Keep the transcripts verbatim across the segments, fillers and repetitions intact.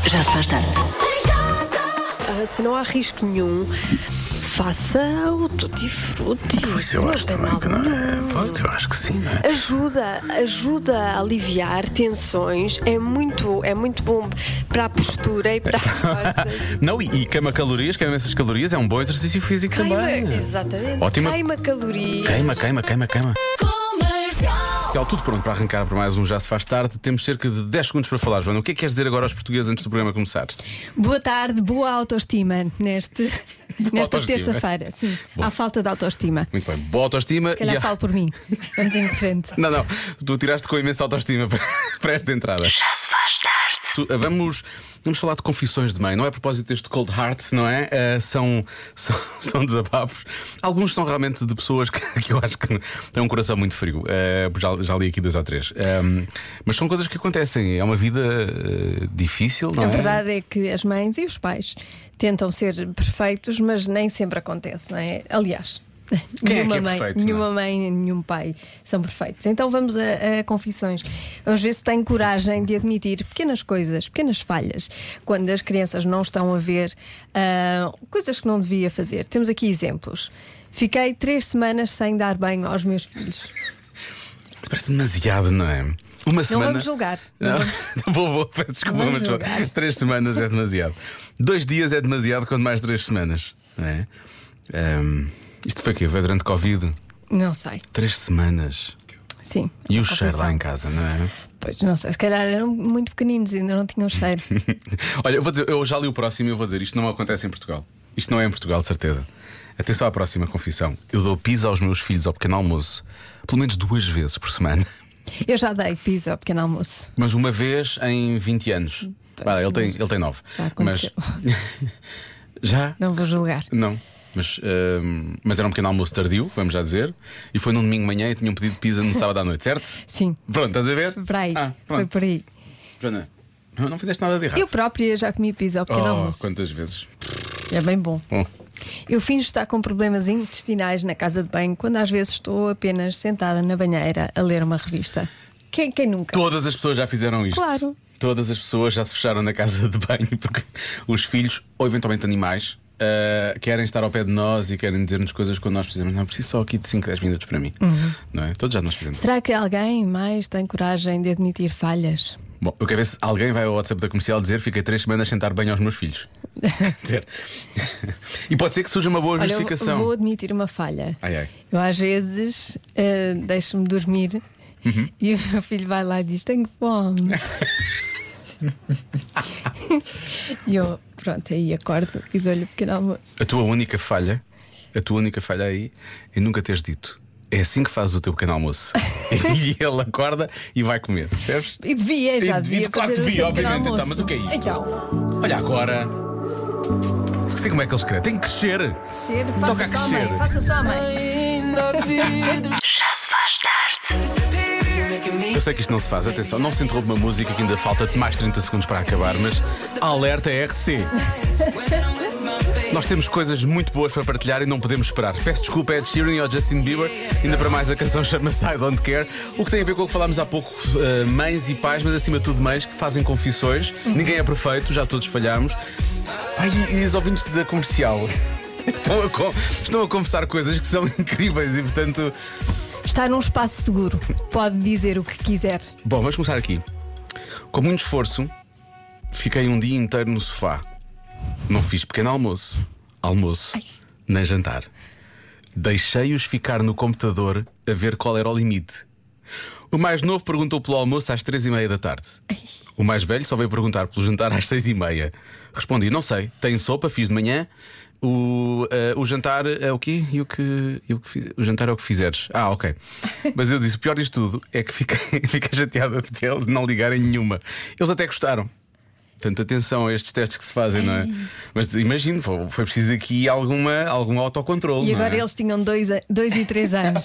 Já se faz tarde. Ah, se não há risco nenhum, faça o tutti frutti. Pois eu Não acho tem também mal que não é. nenhum. Pois eu acho que sim, não é? Ajuda, ajuda a aliviar tensões. É muito, é muito bom para a postura e para as costas. Não, e, e queima calorias, queima essas calorias, é um bom exercício físico Queima, também. exatamente. Ótima. Queima calorias. Queima, queima, queima, queima. Comercial, tudo pronto para arrancar para mais um Já Se Faz Tarde. Temos cerca de dez segundos para falar, Joana. O que é que queres dizer agora aos portugueses antes do programa começar? Boa tarde, boa autoestima neste, nesta autoestima. terça-feira. Sim, Bom. há falta de autoestima. Muito bem, boa autoestima. Se calhar e a- falo por mim. Vamos em frente. Não, não, tu tiraste com imensa autoestima para, para esta entrada. Já se faz tarde. Tu- Vamos, vamos falar de confissões de mãe. Não é a propósito deste Cold Heart, não é? Eh, são, são, são desabafos. Alguns são realmente de pessoas que, que eu acho que têm um coração muito frio. Eh, já, já li aqui dois ou três. Ehm, mas são coisas que acontecem. É uma vida eh, difícil, não A é? verdade é que as mães e os pais tentam ser perfeitos, mas nem sempre acontece, não é? Aliás. Quem é nenhuma que é mãe, perfeito, não é? nenhuma mãe, nenhum pai são perfeitos. Então vamos a, a confissões. Vamos ver se tem coragem de admitir pequenas coisas, pequenas falhas, quando as crianças não estão a ver ah, coisas que não devia fazer. Temos aqui exemplos. Fiquei três semanas sem dar banho aos meus filhos. Isso parece demasiado, não é? Uma semana. vamos julgar. Não Não, vou, vou, peço desculpa, Vamos mas julgar. três semanas é demasiado. Dois dias é demasiado, quanto mais três semanas, não é? Ehm, isto foi o quê? Foi durante Covid? Não sei. Três semanas. Sim. E o uma cheiro lá confissão. em casa, não é? Pois não sei, se calhar eram muito pequeninos, ainda não tinham cheiro. Olha, eu, vou dizer, eu já li o próximo e eu vou dizer: isto não acontece em Portugal. Isto não é em Portugal, de certeza. Atenção à próxima confissão. Eu dou pizza aos meus filhos ao pequeno almoço, pelo menos duas vezes por semana. Eu já dei pizza ao pequeno almoço. Mas uma vez em vinte anos. Pois, Vá, ele, tem, mas ele tem nove. já mas aconteceu. já? Não vou julgar. Não. Mas, hum, mas era um pequeno almoço tardio, vamos já dizer. E foi num domingo de manhã e tinham pedido pizza no sábado à noite, certo? Sim, Pronto, estás a ver? por aí. Ah, Foi pronto. por aí. Joana, não, não fizeste nada de errado. Eu própria já comi pizza ao pequeno Oh, almoço. quantas vezes? É bem bom. Bom. Eu finjo estar com problemas intestinais na casa de banho quando às vezes estou apenas sentada na banheira a ler uma revista. Quem, quem nunca? Todas as pessoas já fizeram isto. Claro. Todas as pessoas já se fecharam na casa de banho porque os filhos, ou eventualmente animais, ah, querem estar ao pé de nós e querem dizer-nos coisas quando nós precisamos. Não, preciso só aqui de cinco, dez minutos para mim. Não é? Todos já nós fizemos. Será que alguém mais tem coragem de admitir falhas? Bom, eu quero ver se alguém vai ao WhatsApp da comercial dizer: fiquei três semanas sem dar banho aos meus filhos. Dizer. E pode ser que surja uma boa Olha, eu justificação. vou admitir uma falha. Ai, ai. Eu às vezes eh, deixo-me dormir Uhum. e o meu filho vai lá e diz: tenho fome. E eu, pronto, aí acordo e dou-lhe um pequeno almoço. A tua única falha, a tua única falha aí é nunca teres dito: é assim que fazes o teu pequeno almoço. E ele acorda e vai comer, percebes? E devia, já E devia. claro que fazer o devia, seu pequeno obviamente. almoço. Então, mas o que é isto? Então, Olha agora. Sei como é que eles querem. Tem que crescer. crescer, Toca a faça só a crescer. mãe, faça só a mãe. Já se faz tarde. Eu sei que isto não se faz, atenção, não se interrompe uma música que ainda falta mais trinta segundos para acabar, mas alerta R C. Nós temos coisas muito boas para partilhar e não podemos esperar. Peço desculpa, Ed Sheeran ou Justin Bieber. Ainda para mais, a canção chama-se I Don't Care. O que tem a ver com o que falámos há pouco, uh, mães e pais, mas acima de tudo mães que fazem confissões. Ninguém é perfeito, já todos falhamos. Ai, e os ouvintes da comercial estão a, con- estão a confessar coisas que são incríveis e, portanto. Está num espaço seguro, pode dizer o que quiser. Bom, vamos começar aqui. Com muito esforço, fiquei um dia inteiro no sofá. Não fiz pequeno almoço, almoço, nem jantar. Deixei-os ficar no computador a ver qual era o limite. O mais novo perguntou pelo almoço às três e meia da tarde. O mais velho só veio perguntar pelo jantar às seis e meia. Respondi: não sei, tem sopa, fiz de manhã. O, eh, o jantar é o quê? E o que, e o que fi- o jantar é o que fizeres. Ah, ok. Mas eu disse: o pior disto tudo é que fiquei, fiquei chateada de eles não ligarem nenhuma. Eles até gostaram. Portanto, atenção a estes testes que se fazem, não é? Mas imagino, foi, foi preciso aqui alguma, algum autocontrole. E não agora é? eles tinham dois, a- dois e três anos.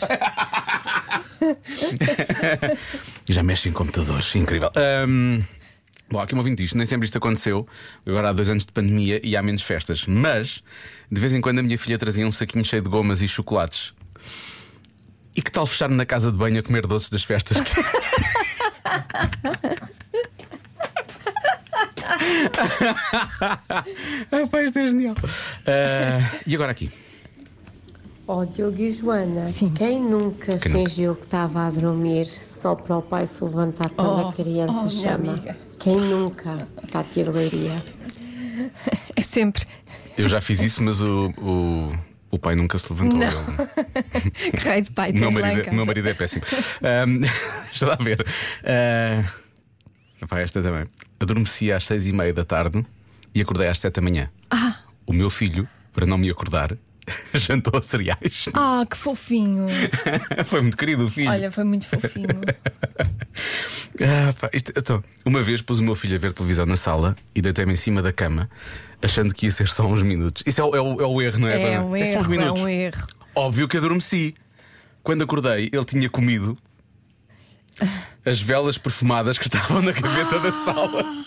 Já mexem em computadores, incrível. Ahm, bom, aqui um ouvinte disto, nem sempre isto aconteceu. Agora há dois anos de pandemia e há menos festas. Mas, de vez em quando, a minha filha trazia um saquinho cheio de gomas e chocolates. E que tal fechar-me na casa de banho a comer doces das festas? Ah, pá, isto é genial. Uh, e agora aqui. Ó, oh, Diogo e Joana, Sim. quem nunca Quem fingiu nunca? que estava a dormir só para o pai se levantar quando Oh, a criança oh, chama? amiga. Quem nunca? Cátia de Leiria. É sempre. Eu já fiz isso, mas o, o, o pai nunca se levantou. Não. Ele... Que raio de pai meu, tens lá em marido, casa. meu marido é péssimo. Um, deixa lá ver. Uh, vai esta também. Adormeci às seis e meia da tarde e acordei às sete da manhã. Ah. O meu filho, para não me acordar, jantou cereais. Ah, que fofinho. Foi muito querido o filho. Olha, foi muito fofinho. Ah, pá, isto, então, uma vez pus o meu filho a ver televisão na sala e deitei-me em cima da cama, achando que ia ser só uns minutos. Isso é o, é o, é o erro, não é? É um Tem só uns erro, é minutos. um erro. Óbvio que adormeci. Quando acordei, ele tinha comido as velas perfumadas que estavam na gaveta ah. da sala.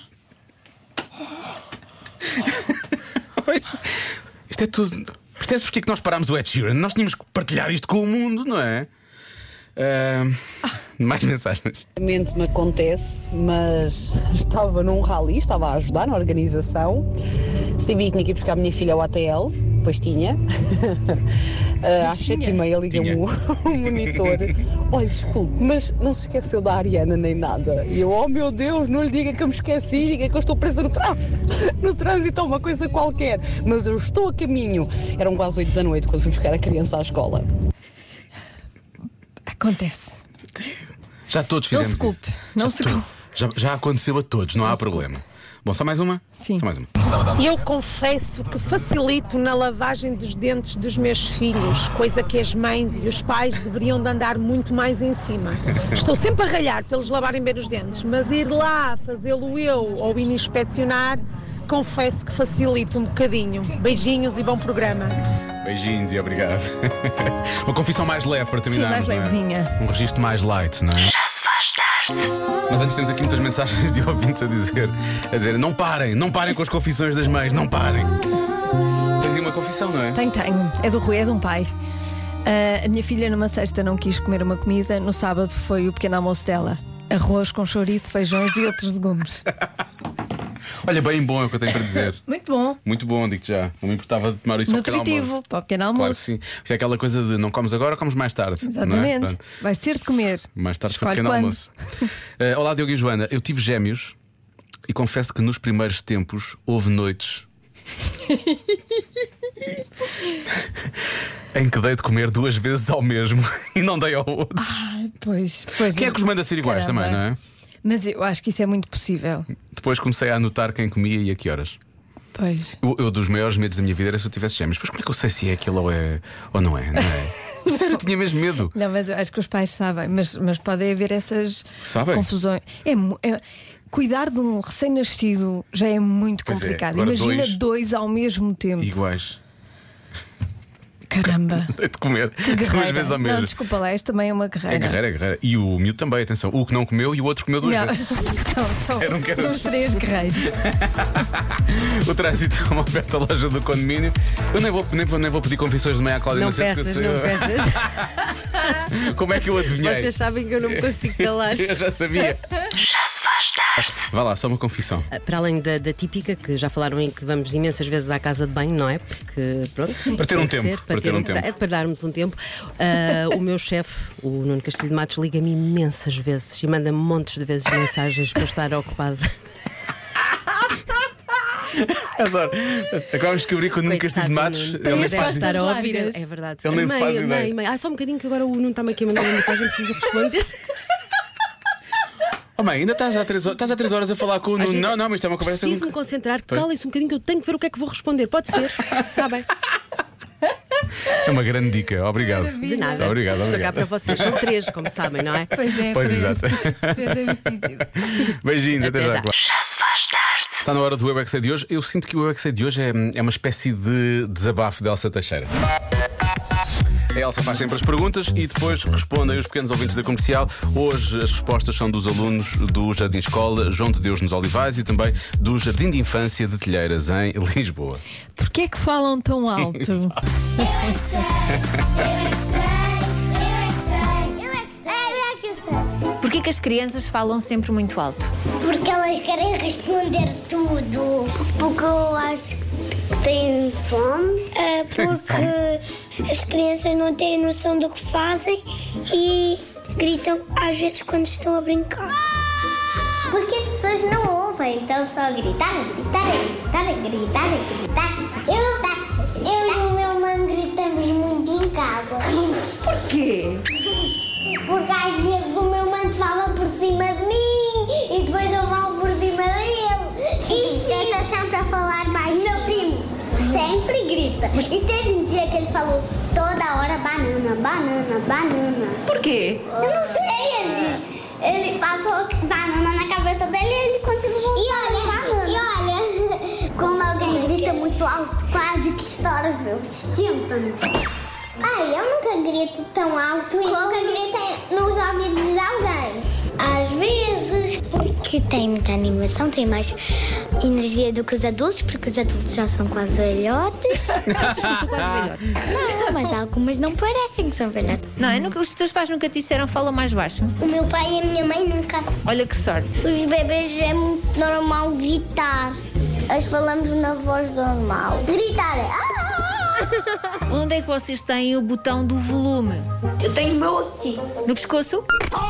Isto, isto é tudo. Percebes porque é que nós parámos o Ed Sheeran? Nós tínhamos que partilhar isto com o mundo, não é? Uh, mais mensagens. Realmente me acontece, mas estava num rally, estava a ajudar na organização. Sabia que tinha que ir buscar a minha filha ao A T L, pois tinha. Uh, às sete e meia liga-me o, o monitor. Olha, desculpe, mas não se esqueceu da Ariana nem nada. E eu, oh meu Deus, não lhe diga que eu me esqueci, diga que eu estou presa no trânsito, no trânsito ou uma coisa qualquer. Mas eu estou a caminho. Eram quase oito da noite quando fui buscar a criança à escola. Acontece. Já todos fizemos Não se culpe, isso. não já se to- culpe. já, já aconteceu a todos, não, não há problema. Culpe. Bom, só mais uma? Sim. Só mais uma. Eu confesso que facilito na lavagem dos dentes dos meus filhos, coisa que as mães e os pais deveriam de andar muito mais em cima. Estou sempre a ralhar pelos lavarem bem os dentes, mas ir lá fazê-lo eu ou ir inspecionar, confesso que facilito um bocadinho. Beijinhos e bom programa. Beijinhos e obrigado. Uma confissão mais leve para terminar. Sim, mais levezinha. Um registro mais light, não é? Já se faz tarde. Mas antes temos aqui muitas mensagens de ouvintes a dizer, a dizer: não parem, não parem com as confissões das mães, não parem. Tens aí uma confissão, não é? Tenho, tenho. É do Rui, é de um pai. Uh, a minha filha numa sexta não quis comer uma comida. No sábado foi o pequeno almoço dela: arroz com chouriço, feijões e outros legumes. Olha, bem bom é o que eu tenho para dizer. Muito bom. Muito bom, digo-te já. Não me importava de tomar isso ao pequeno almoço. Nutritivo, para o pequeno almoço. Claro que sim. Isso é aquela coisa de não comes agora, comes mais tarde. Exatamente. Não é? Vais ter de comer. Mais tarde foi Escolhe pequeno quando. almoço. uh, Olá, Diogo e Joana. Eu tive gêmeos e confesso que nos primeiros tempos houve noites em que dei de comer duas vezes ao mesmo e não dei ao outro. Ah, pois, pois. Quem é que os manda ser iguais? Caramba. Também, não é? Mas eu acho que isso é muito possível. Depois comecei a anotar quem comia e a que horas. Pois. Eu, eu dos maiores medos da minha vida era se eu tivesse gêmeos. Mas como é que eu sei se é aquilo ou, é, ou não é? Não é? Sério, eu tinha mesmo medo. Não, mas eu acho que os pais sabem, mas, mas podem haver essas Sabem? confusões. É, mu- é- cuidar de um recém-nascido já é muito Pois é, complicado. agora Imagina dois- dois... ao mesmo tempo. Iguais. Caramba. Dei de comer duas Guerreira. vezes ao Não, mesmo. desculpa lá, este também é uma guerreira. É guerreira, é guerreira. E o miúdo também, atenção. O que não comeu e o outro comeu duas Não, vezes. são, são, Eu não quero- são os três guerreiros. O trânsito é uma oferta à loja do condomínio. Eu nem vou, nem vou, nem vou pedir confissões de manhã à Cláudia Não Macedo, peças, porque eu não sei- peças. Como é que eu adivinhei? Vocês sabem que eu não me consigo calar. Eu já sabia. Já se faz tarde. Vá lá, só uma confissão. Para além da, da típica, que já falaram em que vamos imensas vezes à casa de banho, não é? Porque, pronto. Para ter tem um que tempo, ser, para ter um tempo. É para darmos um tempo. Ah, o meu chefe, o Nuno Castilho de Matos, liga-me imensas vezes e manda-me montes de vezes mensagens para eu estar ocupado. Adoro. Acabamos de descobrir que o Nuno Castilho de Matos Nuno, ele nem deve faz estar a ideia. ouvir. Largas. É verdade. Ele nem mãe, faz mãe, ideia. mãe. Ah, só um bocadinho que agora o Nuno está-me aqui a mandar uma mensagem, preciso responder. Oh mãe, ainda estás há três horas, estás há três horas a falar com o Às Nuno. vezes Não, não, mas isto é uma conversa. Preciso me concentrar, cala-se um bocadinho que eu tenho que ver o que é que vou responder. Pode ser? Está bem. Isso é uma grande dica. Obrigado. De nada. Obrigado, Estou cá obrigado. para vocês. São três, como sabem, não é? Pois é, Pois, três. exato. Três é difícil. Beijinhos, até, Até já, já. claro. Já se faz tarde. Está na hora do Eu é que Sei de hoje. Eu sinto que o Eu é que Sei de hoje é, é uma espécie de desabafo de Elsa Teixeira. A Elsa faz sempre as perguntas e depois respondem os pequenos ouvintes da comercial. Hoje as respostas são dos alunos do Jardim Escola João de Deus nos Olivais e também do Jardim de Infância de Telheiras, em Lisboa. Porquê é que falam tão alto? Porquê Porquê que as crianças falam sempre muito alto? Porque elas querem responder tudo. Porque eu acho que têm fome. É porque as crianças não têm noção do que fazem e gritam às vezes quando estão a brincar. Porque as pessoas não ouvem, então só gritar, gritar, gritar, gritar, gritar. Eu, eu e o meu mano gritamos muito em casa. Porquê? Porque às vezes o meu mano fala por cima de mim e depois eu falo por cima dele. E tenta sempre a falar baixinho. Meu primo sempre grita. E teve um dia que ele falou toda hora banana, banana, banana. Porquê? Eu não sei, ele... Ele passou banana na cabeça dele e ele continuou. E olha, e olha, quando alguém grita muito alto, quase que estoura os meus tímpanos. Ai, eu nunca grito tão alto e nunca gritei nos ouvidos de alguém. Às vezes, porque tem muita animação, tem mais energia do que os adultos, porque os adultos já são quase velhotes. Achas que eu sou quase velhote? Não, mas algumas não parecem que são velhotes. Não, é nunca, os teus pais nunca te disseram fala mais baixo? O meu pai e a minha mãe nunca. Olha que sorte. Os bebês é muito normal gritar. Nós falamos na voz normal. Gritar é... Ah! Onde é que vocês têm o botão do volume? Eu tenho o meu aqui. No pescoço?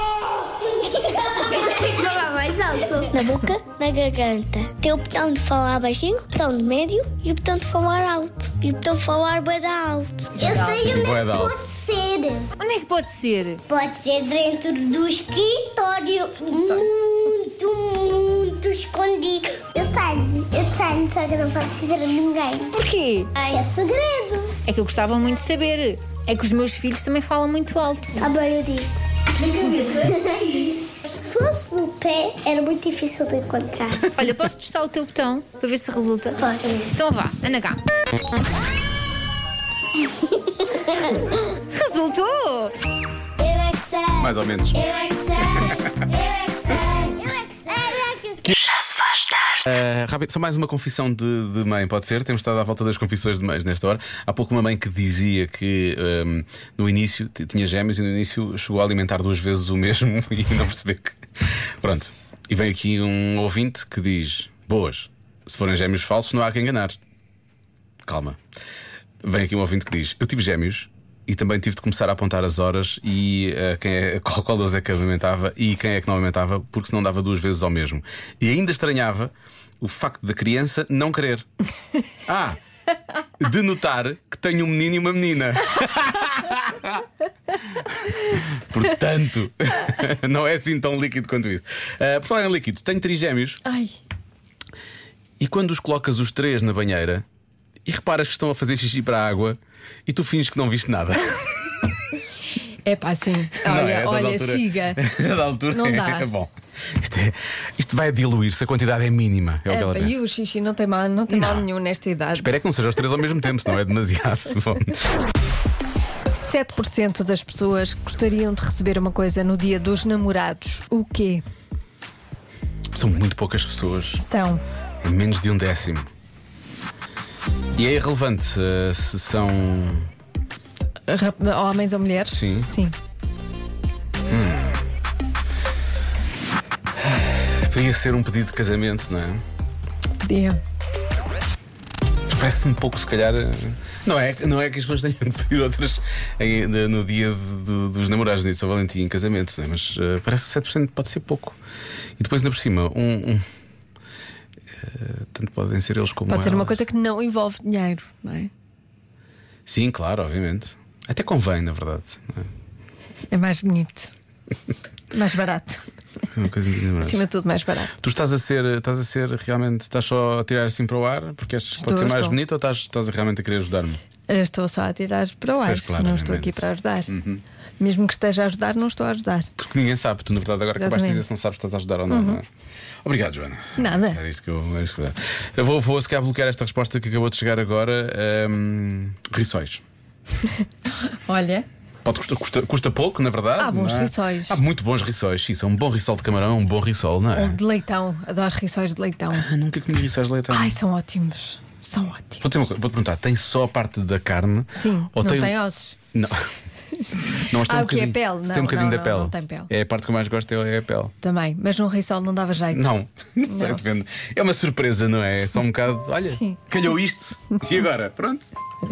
Falar mais alto. Na boca, na garganta. Tem o botão de falar baixinho, o botão de médio e o botão de falar alto. E o botão de falar bem alto. Eu sei onde é que pode ser. Onde é que pode ser? Pode ser dentro do escritório. Muito, muito escondido. Eu tenho, eu tenho, só que eu não posso dizer a ninguém. Porquê? Ai, é segredo. É que eu gostava muito de saber. É que os meus filhos também falam muito alto. Tá bem, eu digo. Se fosse no pé, era muito difícil de encontrar. Olha, posso testar o teu botão para ver se resulta? Pode. Então vá, anda cá. Resultou! Eu é que sei. Mais ou menos. Eu é que sei. Eu é que sei. Eu é que sei. Eu é que sei. Já se faz tarde. Uh, rápido, só mais uma confissão de, de mãe, pode ser? Temos estado à volta das confissões de mães nesta hora. Há pouco uma mãe que dizia que um, no início t- tinha gêmeos e no início chegou a alimentar duas vezes o mesmo e não percebeu que. Pronto. E vem aqui um ouvinte que diz: boas, se forem gêmeos falsos não há que enganar. Calma. Vem aqui um ouvinte que diz: eu tive gêmeos e também tive de começar a apontar as horas e uh, quem é, qual, qual das é que amamentava e quem é que não amamentava, porque senão dava duas vezes ao mesmo. E ainda estranhava o facto da criança não querer. Ah, de notar que tenho um menino e uma menina. Portanto, não é assim tão líquido quanto isso. Uh, por falar em líquido, tenho trigêmeos. Ai. E quando os colocas os três na banheira e reparas que estão a fazer xixi para a água e tu finges que não viste nada. É pá, sim. Não Olha, é, olha, altura, siga. Da altura Não dá. É bom. Isto, é, isto vai diluir-se, a quantidade é mínima. É o que ela É, pensa. e o xixi não tem mal, não tem Não. mal nenhum nesta idade. Espero é que não seja os três ao mesmo tempo, senão é demasiado. Bom. sete por cento das pessoas gostariam de receber uma coisa no dia dos namorados. O quê? São muito poucas pessoas. São. É menos de um décimo. E é irrelevante uh, se são. Rap- Homens ou mulheres? Sim. Sim. Podia ser um pedido de casamento, não é? Podia. Parece-me pouco, se calhar. uh, Não é, não é que as pessoas tenham de pedir outras em- de- no dia de- de- dos namorados, no dia de São Valentim, em casamento, não é? Mas uh, parece que sete por cento pode ser pouco. E depois, ainda por cima, um. um uh, tanto podem ser eles como Pode ser uma elas. coisa que não envolve dinheiro, não é? Sim, claro, obviamente. Até convém, na verdade. Não é? É mais bonito. Mais barato. É uma coisa de namorados. Acima de tudo, mais barato. Tu estás a ser, estás a ser realmente, estás só a tirar assim para o ar porque achas que Estou, pode ser mais estou. bonito ou estás, estás a realmente a querer ajudar-me? Eu Estou só a tirar para o ar. Pois, claro, Não estou obviamente. aqui para ajudar. Uhum. Mesmo que esteja a ajudar, não estou a ajudar. Porque ninguém sabe, tu na verdade agora acabaste de Exatamente. dizer se não sabes se estás a ajudar ou não, não é? Obrigado, Joana. Nada. Era isso que eu, era isso que eu, eu vou, vou se calhar bloquear esta resposta que acabou de chegar agora. Hum, rissóis. Olha, Pode custar, custa, custa pouco, na verdade. Há bons não é? rissóis. Há muito bons rissóis, sim. São um bom rissol de camarão, um bom rissol, não é? um de leitão. Adoro rissóis de leitão. Ah, nunca comi rissóis de leitão. Ai, são ótimos. São ótimos. Vou-te uma coisa, vou-te perguntar, tem só a parte da carne? Sim, ou não tem, tem ossos. Não. Não, mas tem Ah, um o que é bocadinho- pele? Tem Não, um bocadinho não, da pele. não, não tem pele. É a parte que eu mais gosto, é a pele. Também, mas num risol não dava jeito. Não, não sei, Não. depende. É uma surpresa, não é? É só um bocado. Olha, Sim. calhou isto. E agora? Pronto.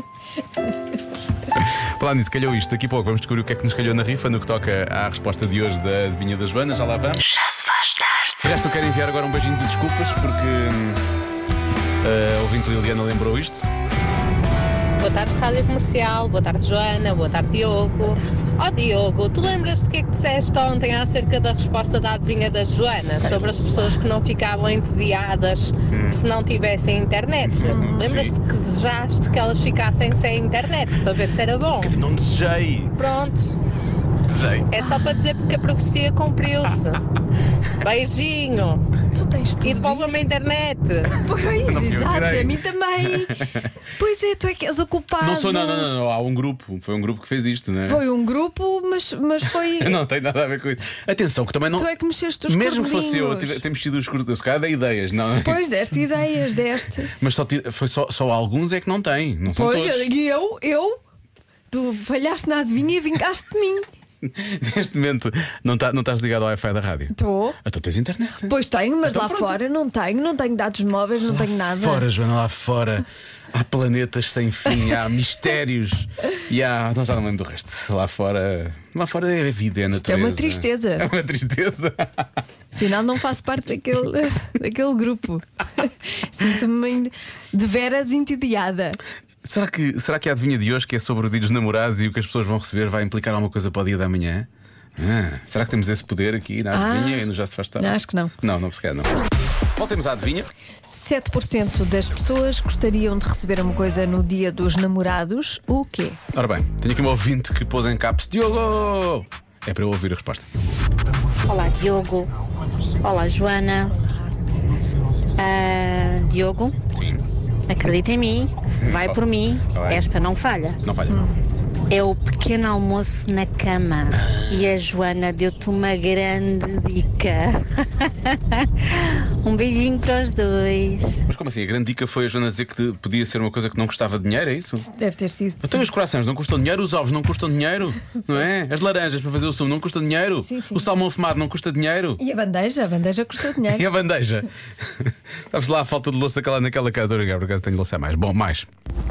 Falar nisso, calhou isto. Daqui a pouco vamos descobrir o que é que nos calhou na rifa no que toca à resposta de hoje da Adivinha da Joana. Já lá vamos. Já se faz tarde. De resto, eu quero enviar agora um beijinho de desculpas porque hum, a ouvinte Liliana lembrou isto. Boa tarde, Rádio Comercial. Boa tarde, Joana. Boa tarde, Diogo. Ó Diogo, tu lembras-te do que é que disseste ontem acerca da resposta da adivinha da Joana? Sei. Sobre as pessoas que não ficavam entediadas Hum. se não tivessem internet. Lembras-te que desejaste que elas ficassem sem internet para ver se era bom? Não desejei. Pronto, Desejei. é só para dizer porque a profecia cumpriu-se. Beijinho. Tu tens E devolva-me a internet. Pois, Não fui eu que exato, tirei. a mim também. Pois é, tu é que és o culpado. Não sou, não, não, não, não. Há um grupo. Foi um grupo que fez isto, não é? Foi um grupo, mas, mas foi. Não tem nada a ver com isso. Atenção, que também não. Tu é que mexeste os Mesmo que fosse eu, eu cordelinhos. tive- ter mexido os cordelinhos, se calhar dei ideias, não. Pois, deste ideias, deste. Mas só, ti- foi só, só alguns é que não têm, não são Pois, todos. e eu, eu, tu falhaste na adivinha e vingaste de mim. Neste momento não, tá, não estás ligado ao Wi-Fi da rádio. Estou. Então tens internet. Pois tenho, mas Então lá pronto. fora não tenho, não tenho dados móveis, não tenho nada. Fora, Joana, lá fora há planetas sem fim, há mistérios e há. Não já não lembro do resto. Lá fora. Lá fora é a vida, é a Isto é natureza. uma tristeza. É uma tristeza. Afinal, não faço parte daquele, daquele grupo. Sinto-me de veras entediada. Será que, será que a adivinha de hoje, que é sobre o dia dos namorados e o que as pessoas vão receber, vai implicar alguma coisa para o dia da manhã? Ah, será que temos esse poder aqui na adivinha Ah, e no Já se faz tarde? não, acho que não. Não, não, se calhar não. Voltemos à adivinha. sete por cento das pessoas gostariam de receber uma coisa no dia dos namorados. O quê? Ora bem, tenho aqui um ouvinte que pôs em caps Diogo! É para eu ouvir a resposta. Olá, Diogo. Olá, Joana. Ah, Diogo, Sim. acredita em mim, vai por mim, Vai. esta não falha. Não falha. É o pequeno almoço na cama. E a Joana deu-te uma grande dica. Um beijinho para os dois. Mas como assim? A grande dica foi a Joana dizer que te- podia ser uma coisa que não custava dinheiro, é isso? Deve ter sido. Então os corações não custam dinheiro, os ovos não custam dinheiro, não é? As laranjas para fazer o sumo não custam dinheiro, Sim, sim. o salmão fumado não custa dinheiro. E a bandeja? A bandeja custa dinheiro. E a bandeja? Sabes lá a falta de louça que lá naquela casa. Obrigado, por acaso tenho louça a mais. Bom, mais.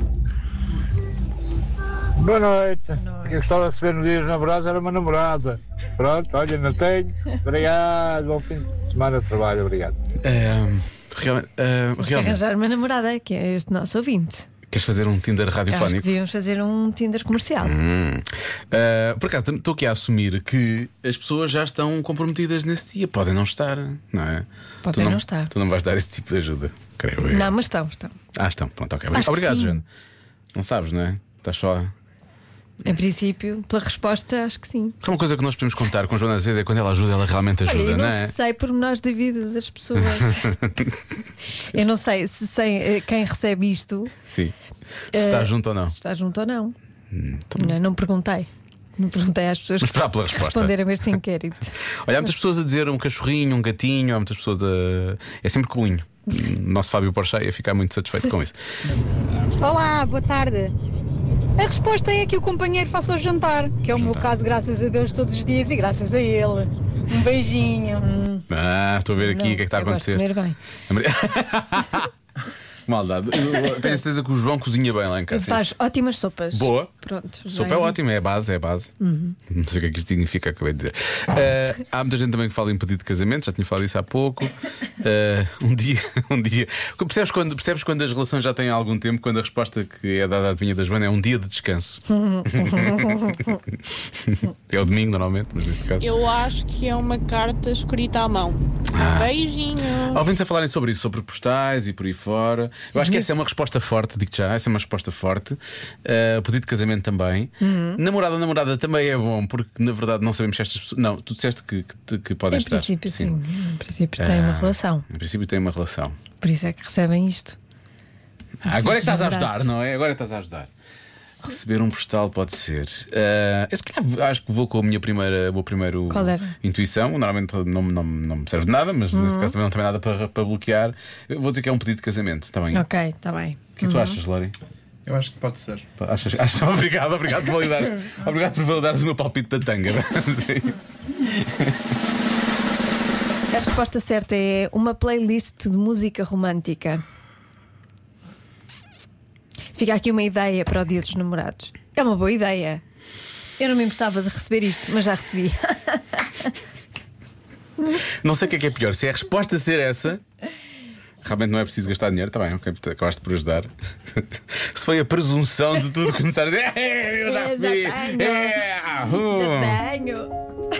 Boa noite. O que eu gostava de receber no dia dos namorados era uma namorada. Pronto, olha, não tenho. Obrigado. Bom fim de semana de trabalho. Obrigado. Ahm, realmente, ah, Tens que realmente. arranjar uma namorada, que é este nosso ouvinte. Queres fazer um Tinder Acho que radiofónico? devíamos fazer um Tinder comercial. Hum. Ah, por acaso, estou aqui a assumir que as pessoas já estão comprometidas nesse dia. Podem não estar, não é? Podem tu não estar. Tu não vais dar esse tipo de ajuda, creio eu. Não, mas estão, estão. Ah, estão. Pronto, ok. Acho que Obrigado, sim. Joana. Não sabes, não é? Estás só. Em princípio, pela resposta, acho que sim. Só uma coisa que nós podemos contar com Joana Azevedo é quando ela ajuda, ela realmente Olha, ajuda, eu não, não é? sei pormenores da vida das pessoas. Eu não sei se sei eh, quem recebe isto. Sim. Se está eh, junto ou não. Se está junto ou não. Hum, Não, não perguntei. Não perguntei às pessoas Mas que esperar pela resposta. responderam a este inquérito. Olha, há muitas pessoas a dizer um cachorrinho, um gatinho, há muitas pessoas a. É sempre colinho. O nosso Fábio Porsche ia ficar muito satisfeito com isso. Olá, boa tarde. A resposta é que o companheiro faça o jantar, que é o meu caso, graças a Deus, todos os dias e graças a ele. Um beijinho. Ah, estou a ver aqui o Não, que é que está a eu gosto de acontecer. comer bem. A Maria- Maldade. Eu tenho a certeza que o João cozinha bem lá em casa. Faz ótimas sopas. Boa. Pronto. já Sopa é ótima, é a base, é a base. Uhum. Não sei o que é que isto significa, acabei de dizer. Uh, há muita gente também que fala em pedido de casamento, já tinha falado isso há pouco. Uh, um dia, um dia. Percebes quando, percebes quando as relações já têm algum tempo, quando a resposta que é dada à adivinha da Joana é um dia de descanso. É o domingo, normalmente, mas neste caso. Eu acho que é uma carta escrita à mão. Ah. Beijinhos. Há ouvintes a falarem sobre isso, sobre postais e por aí fora. Eu acho que essa é uma resposta forte, digo já, essa é uma resposta forte. Uh, pedido de casamento também. Uhum. Namorada ou namorada também é bom, porque na verdade não sabemos se estas pessoas. Não, tu disseste que, que, que podem Em estar. princípio, sim. Em princípio, tem uma Ah, relação. Em princípio tem uma relação. Por isso é que recebem isto. Ah, agora é que estás a namorados. ajudar, não é? Agora é que estás a ajudar. Receber um postal pode ser. Uh, eu se calhar acho que vou com a minha primeira, o meu primeiro Qual era? intuição. Normalmente não, não, não me serve de nada, mas Uhum. neste caso também não tem nada para, para bloquear. Eu vou dizer que é um pedido de casamento, está bem? Ok, está bem. O que é que tu Uhum. achas, Lori? Eu acho que pode ser. Achas, achas, obrigado, obrigado por validar. Obrigado por validares o meu palpite da tanga. Vamos a isso. A resposta certa é uma playlist de música romântica. Fica aqui uma ideia para o Dia dos Namorados. É uma boa ideia. Eu não me importava de receber isto, mas já recebi. Não sei o que é que é pior, se é a resposta ser essa. Realmente não é preciso gastar dinheiro, está bem, ok, acabaste por ajudar. Se foi a presunção de tudo começar a dizer eu já recebi, já tenho, já tenho.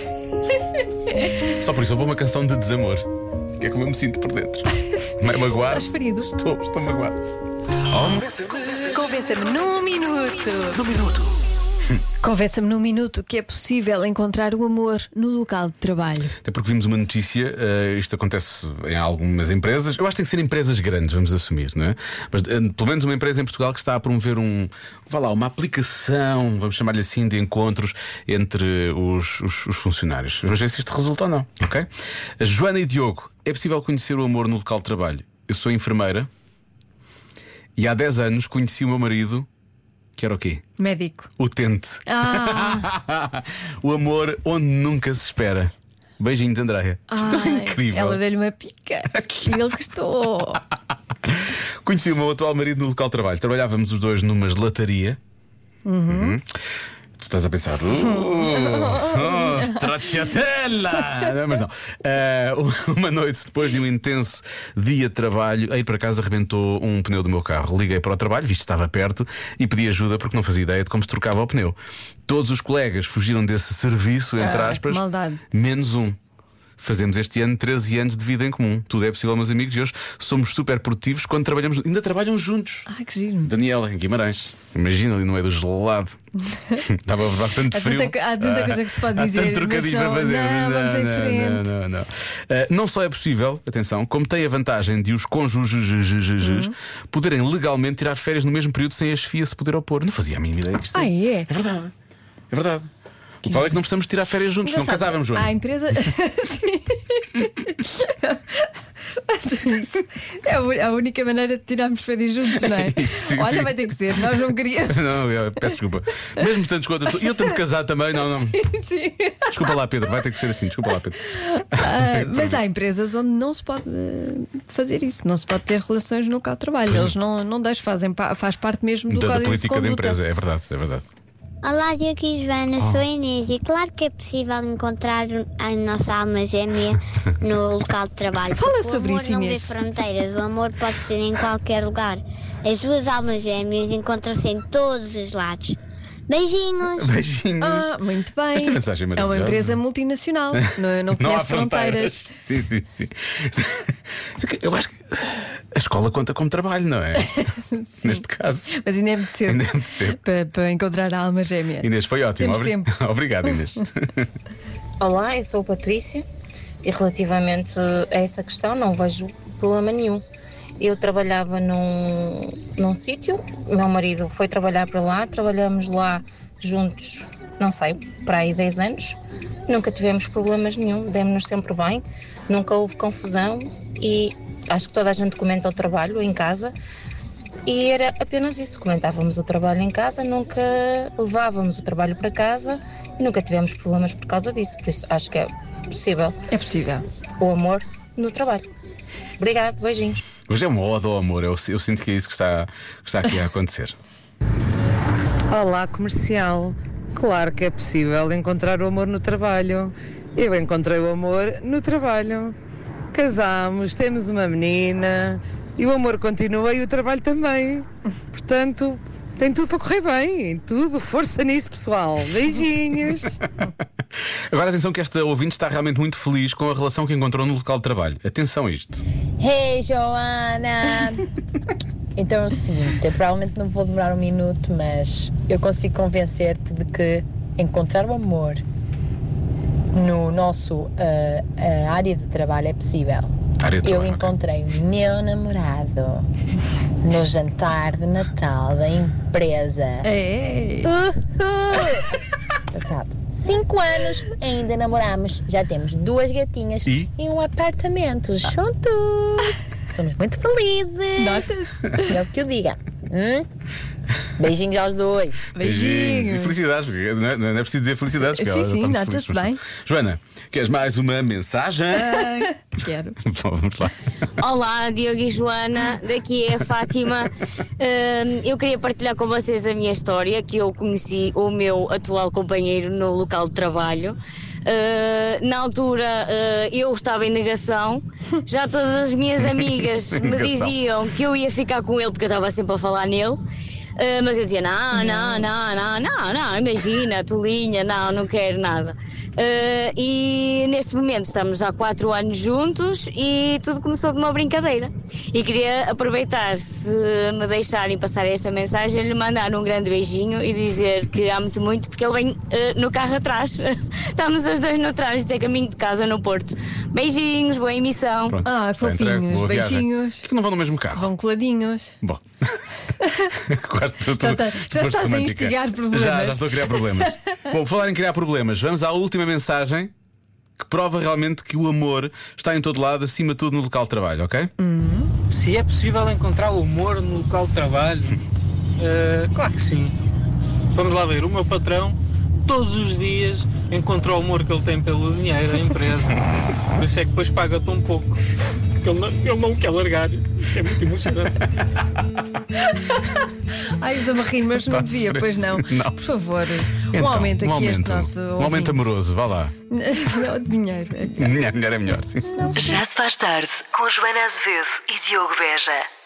Só por isso eu vou uma canção de desamor, que é como eu me sinto por dentro. Meio magoado. Estás ferido? Estou, estou magoado. Oh. Convença-me num minuto. Num minuto. Convença-me num minuto que é possível encontrar o amor no local de trabalho. Até porque vimos uma notícia, uh, isto acontece em algumas empresas. Eu acho que tem que ser empresas grandes, vamos assumir, não é? Mas uh, pelo menos uma empresa em Portugal que está a promover um, vá lá, uma aplicação, vamos chamar-lhe assim, de encontros entre os, os, os funcionários. Vamos ver se isto resulta ou não, ok? A Joana e Diogo, é possível conhecer o amor no local de trabalho? Eu sou enfermeira e há dez anos conheci o meu marido. Que era o quê? Médico. Utente. Ah. O amor onde nunca se espera. Beijinhos, Andréia. Isto é incrível. Ela deu-lhe uma pica e ele gostou. Conheci o meu atual marido no local de trabalho. Trabalhávamos os dois numa gelataria. Uhum. Uhum. Tu estás a pensar, uh, oh, stracciatella! Não, mas não. Uh, uma noite depois de um intenso dia de trabalho, a ir para casa arrebentou um pneu do meu carro. Liguei para o trabalho, visto que estava perto, e pedi ajuda porque não fazia ideia de como se trocava o pneu. Todos os colegas fugiram desse serviço, entre ah, aspas, maldade. Menos um. Fazemos este ano treze anos de vida em comum. Tudo é possível, meus amigos, e hoje somos super produtivos quando trabalhamos. Ainda trabalham juntos. Ah, que giro. Daniela, em Guimarães. Imagina ali no meio do gelado. Estava a levar tanto frio. Há tanta, há tanta coisa que se pode dizer. Há tanto trocadilho para fazer. Não, vamos em frente. Não, não, não. Uh, não só é possível, atenção, como tem a vantagem de os cônjuges uhum. poderem legalmente tirar férias no mesmo período sem a chefia se poder opor. Não fazia a mínima ideia que isto é. Ah, é? É verdade. É verdade. O que vale é que não precisamos tirar férias juntos, não casávamos, Joana. A empresa. Isso. É a única maneira de tirarmos férias juntos, não é? Sim, Olha, sim. vai ter que ser, nós não queríamos. Não, eu peço desculpa. Mesmo tantos com outras pessoas. E eu tenho de casar também, não, não. Sim, sim. Desculpa lá, Pedro, vai ter que ser assim, desculpa lá, Pedro. Ah, mas há empresas onde não se pode fazer isso, não se pode ter relações no local de trabalho. Eles não, não deixam, fazem, faz parte mesmo do da, código da política de da conduta. empresa, é verdade, é verdade. Olá, Diogo e Joana, sou a Inês e claro que é possível encontrar a nossa alma gêmea no local de trabalho. Fala o sobre amor isso, não vê Inês. fronteiras, o amor pode ser em qualquer lugar. As duas almas gêmeas encontram-se em todos os lados. Beijinhos! Beijinhos! Ah, muito bem. Esta mensagem é É maravilhosa. uma empresa multinacional, não, não conhece há fronteiras. fronteiras. Sim, sim, sim. Eu acho que a escola conta como trabalho, não é? Neste caso. Mas ainda é muito cedo, Ainda é muito cedo. Para, para encontrar a alma gêmea. Inês, foi ótimo. Temos tempo. Obrigado, Inês. Olá, eu sou a Patrícia e relativamente a essa questão não vejo problema nenhum. Eu trabalhava num, num sítio, meu marido foi trabalhar para lá, trabalhamos lá juntos, não sei, para aí dez anos, nunca tivemos problemas nenhum, demos-nos sempre bem, nunca houve confusão e acho que toda a gente comenta o trabalho em casa e era apenas isso, comentávamos o trabalho em casa, nunca levávamos o trabalho para casa e nunca tivemos problemas por causa disso, por isso acho que é possível. É possível. O amor no trabalho. Obrigado, beijinhos. Hoje é uma ode ao amor, eu, eu sinto que é isso que está, que está aqui a acontecer. Olá, comercial. Claro que é possível encontrar o amor no trabalho. Eu encontrei o amor no trabalho. Casámos, temos uma menina e o amor continua e o trabalho também. Portanto, tem tudo para correr bem. Tudo, força nisso, pessoal. Beijinhos. Agora atenção que esta ouvinte está realmente muito feliz com a relação que encontrou no local de trabalho. Atenção a isto. Hey, Joana! Então é o seguinte, eu provavelmente não vou demorar um minuto, mas eu consigo convencer-te de que encontrar o amor no nosso uh, uh, área de trabalho é possível. Área de eu trabalho, encontrei okay. o meu namorado no jantar de Natal da empresa. Ei. Uhul. Passado cinco anos, ainda namoramos. Já temos duas gatinhas e, e um apartamento juntos. Somos muito felizes. Nota-se. É o que eu diga. Hum? Beijinhos aos dois. E felicidades, não é, não é preciso dizer felicidades. Sim, sim, nota-se bem. Joana, queres mais uma mensagem? Ah, quero. Vamos lá. Olá, Diogo e Joana, daqui é a Fátima. Uh, eu queria partilhar com vocês a minha história, que eu conheci o meu atual companheiro no local de trabalho. Uh, na altura uh, eu estava em negação, já todas as minhas amigas me diziam que eu ia ficar com ele porque eu estava sempre a falar nele. Uh, mas eu dizia, não, não, não, não, não, não, imagina, tolinha, não, não quero nada. Uh, e neste momento estamos há quatro anos juntos e tudo começou de uma brincadeira. E queria aproveitar, se me deixarem passar esta mensagem, lhe mandar um grande beijinho e dizer que amo-te muito, porque ele vem uh, no carro atrás. Estamos os dois no trânsito, a caminho de casa no Porto. Beijinhos, boa emissão. Pronto, Ah, que fofinhos, beijinhos. Por que não vão no mesmo carro? Vão coladinhos. Bom. Já, tá, já estás a instigar problemas. Já, já estou a criar problemas. Bom, falar em criar problemas, vamos à última mensagem que prova realmente que o amor está em todo lado, acima de tudo no local de trabalho, ok? Uhum. Se é possível encontrar o amor no local de trabalho, uh, claro que sim. Vamos lá ver, o meu patrão todos os dias encontra o amor que ele tem pelo dinheiro da empresa. Por isso é que depois paga tão pouco, porque ele não, ele não quer largar. É muito emocionante. Ai, estou-me a rir, mas não devia, pois não. Não. Por favor, Então, um aumento aqui um aumento, este nosso. Um aumento amoroso, vá lá. Não, de dinheiro. Mulher, mulher é melhor, sim. Já se faz tarde com Joana Azevedo e Diogo Beja.